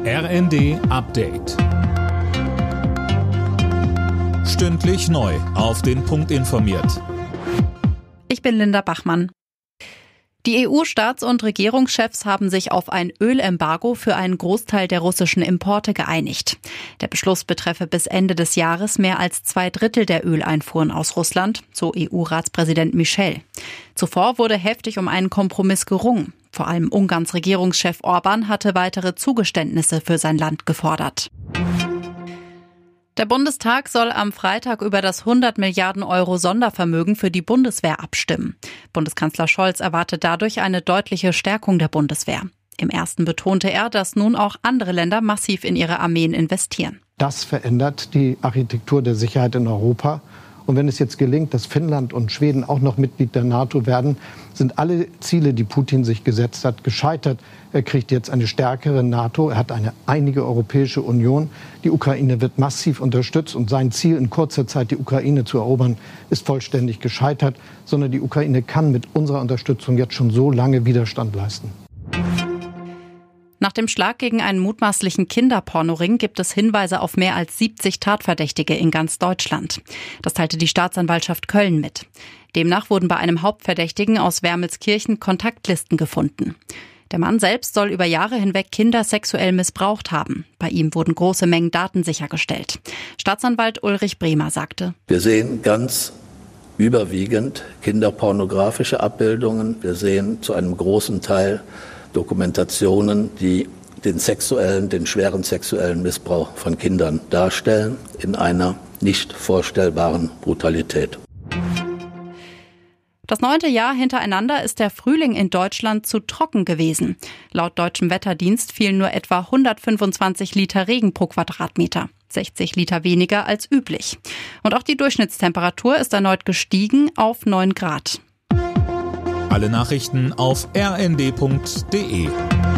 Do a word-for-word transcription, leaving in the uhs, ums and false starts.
R N D Update. Stündlich neu auf den Punkt informiert. Ich bin Linda Bachmann. Die E U-Staats- und Regierungschefs haben sich auf ein Ölembargo für einen Großteil der russischen Importe geeinigt. Der Beschluss betreffe bis Ende des Jahres mehr als zwei Drittel der Öleinfuhren aus Russland, so E U-Ratspräsident Michel. Zuvor wurde heftig um einen Kompromiss gerungen. Vor allem Ungarns Regierungschef Orban hatte weitere Zugeständnisse für sein Land gefordert. Der Bundestag soll am Freitag über das hundert Milliarden Euro Sondervermögen für die Bundeswehr abstimmen. Bundeskanzler Scholz erwartet dadurch eine deutliche Stärkung der Bundeswehr. Im ersten betonte er, dass nun auch andere Länder massiv in ihre Armeen investieren. Das verändert die Architektur der Sicherheit in Europa. Und wenn es jetzt gelingt, dass Finnland und Schweden auch noch Mitglied der NATO werden, sind alle Ziele, die Putin sich gesetzt hat, gescheitert. Er kriegt jetzt eine stärkere NATO, er hat eine einige Europäische Union. Die Ukraine wird massiv unterstützt und sein Ziel, in kurzer Zeit die Ukraine zu erobern, ist vollständig gescheitert. Sondern die Ukraine kann mit unserer Unterstützung jetzt schon so lange Widerstand leisten. Nach dem Schlag gegen einen mutmaßlichen Kinderpornoring gibt es Hinweise auf mehr als siebzig Tatverdächtige in ganz Deutschland. Das teilte die Staatsanwaltschaft Köln mit. Demnach wurden bei einem Hauptverdächtigen aus Wermelskirchen Kontaktlisten gefunden. Der Mann selbst soll über Jahre hinweg Kinder sexuell missbraucht haben. Bei ihm wurden große Mengen Daten sichergestellt. Staatsanwalt Ulrich Bremer sagte: Wir sehen ganz überwiegend kinderpornografische Abbildungen. Wir sehen zu einem großen Teil Dokumentationen, die den sexuellen, den schweren sexuellen Missbrauch von Kindern darstellen, in einer nicht vorstellbaren Brutalität. Das neunte Jahr hintereinander ist der Frühling in Deutschland zu trocken gewesen. Laut deutschem Wetterdienst fielen nur etwa hundertfünfundzwanzig Liter Regen pro Quadratmeter, sechzig Liter weniger als üblich. Und auch die Durchschnittstemperatur ist erneut gestiegen auf neun Grad. Alle Nachrichten auf r n d punkt d e.